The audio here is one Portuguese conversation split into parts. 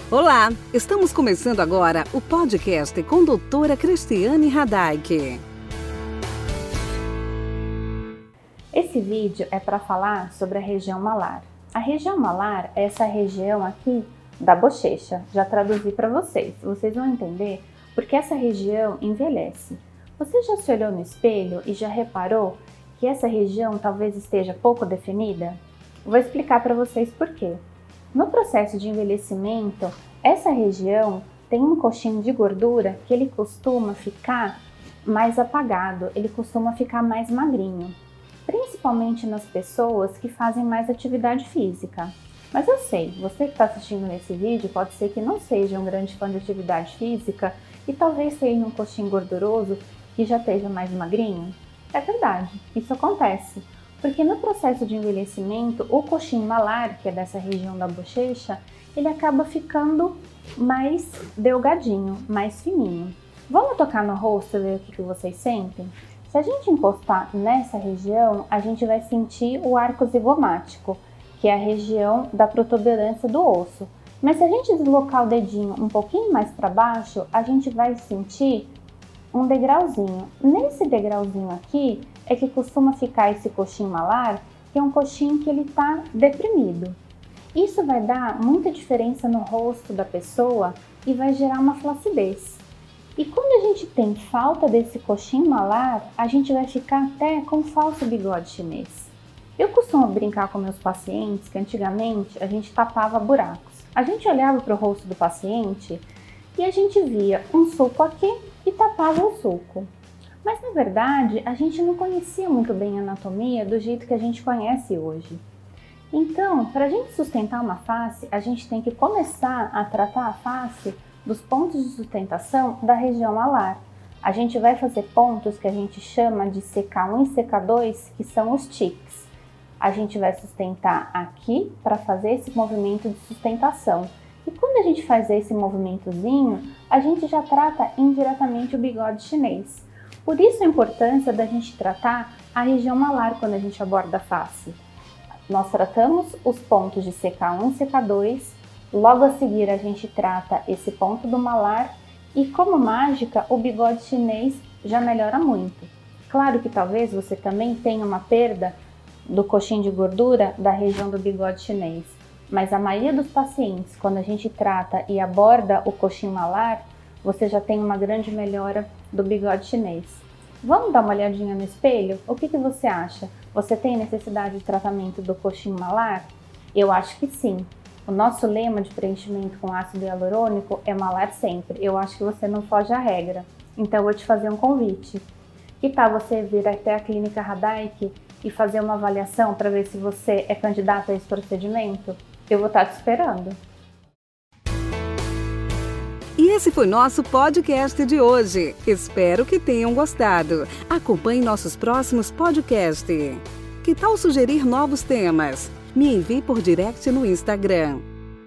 Olá, estamos começando agora o podcast com doutora Cristiane Radaik. Esse vídeo é para falar sobre a região malar. A região malar é essa região aqui da bochecha. Já traduzi para vocês vão entender porque essa região envelhece. Você já se olhou no espelho e já reparou que essa região talvez esteja pouco definida? Vou explicar para vocês por quê. No processo de envelhecimento, essa região tem um coxinho de gordura que ele costuma ficar mais apagado, ele costuma ficar mais magrinho, principalmente nas pessoas que fazem mais atividade física. Mas eu sei, você que está assistindo nesse vídeo pode ser que não seja um grande fã de atividade física e talvez tenha um coxinho gorduroso que já esteja mais magrinho. É verdade, isso acontece. Porque no processo de envelhecimento, o coxinho malar, que é dessa região da bochecha, ele acaba ficando mais delgadinho, mais fininho. Vamos tocar no rosto e ver o que vocês sentem? Se a gente encostar nessa região, a gente vai sentir o arco zigomático, que é a região da protuberância do osso. Mas se a gente deslocar o dedinho um pouquinho mais para baixo, a gente vai sentir um degrauzinho. Nesse degrauzinho aqui é que costuma ficar esse coxinho malar, que é um coxinho que ele está deprimido. Isso vai dar muita diferença no rosto da pessoa e vai gerar uma flacidez. E quando a gente tem falta desse coxinho malar, a gente vai ficar até com falso bigode chinês. Eu costumo brincar com meus pacientes que antigamente a gente tapava buracos. A gente olhava para o rosto do paciente e a gente via um sulco aqui e tapava o sulco. Mas na verdade a gente não conhecia muito bem a anatomia do jeito que a gente conhece hoje. Então, para a gente sustentar uma face, a gente tem que começar a tratar a face dos pontos de sustentação da região malar. A gente vai fazer pontos que a gente chama de CK1 e CK2, que são os tics. A gente vai sustentar aqui para fazer esse movimento de sustentação. E quando a gente faz esse movimentozinho, a gente já trata indiretamente o bigode chinês. Por isso a importância da gente tratar a região malar quando a gente aborda a face. Nós tratamos os pontos de CK1 e CK2, logo a seguir a gente trata esse ponto do malar e, como mágica, o bigode chinês já melhora muito. Claro que talvez você também tenha uma perda do coxinho de gordura da região do bigode chinês, mas a maioria dos pacientes, quando a gente trata e aborda o coxinho malar, você já tem uma grande melhora do bigode chinês. Vamos dar uma olhadinha no espelho? O que você acha? Você tem necessidade de tratamento do coxinho malar? Eu acho que sim. O nosso lema de preenchimento com ácido hialurônico é malar sempre. Eu acho que você não foge à regra. Então eu vou te fazer um convite. Que tal você vir até a Clínica Radaik e fazer uma avaliação para ver se você é candidato a esse procedimento? Eu vou estar te esperando. E esse foi nosso podcast de hoje. Espero que tenham gostado. Acompanhe nossos próximos podcasts. Que tal sugerir novos temas? Me envie por direct no Instagram.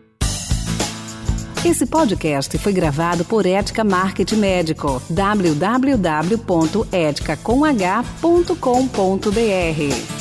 Esse podcast foi gravado por Ética Marketing Médico. www.eticacomh.com.br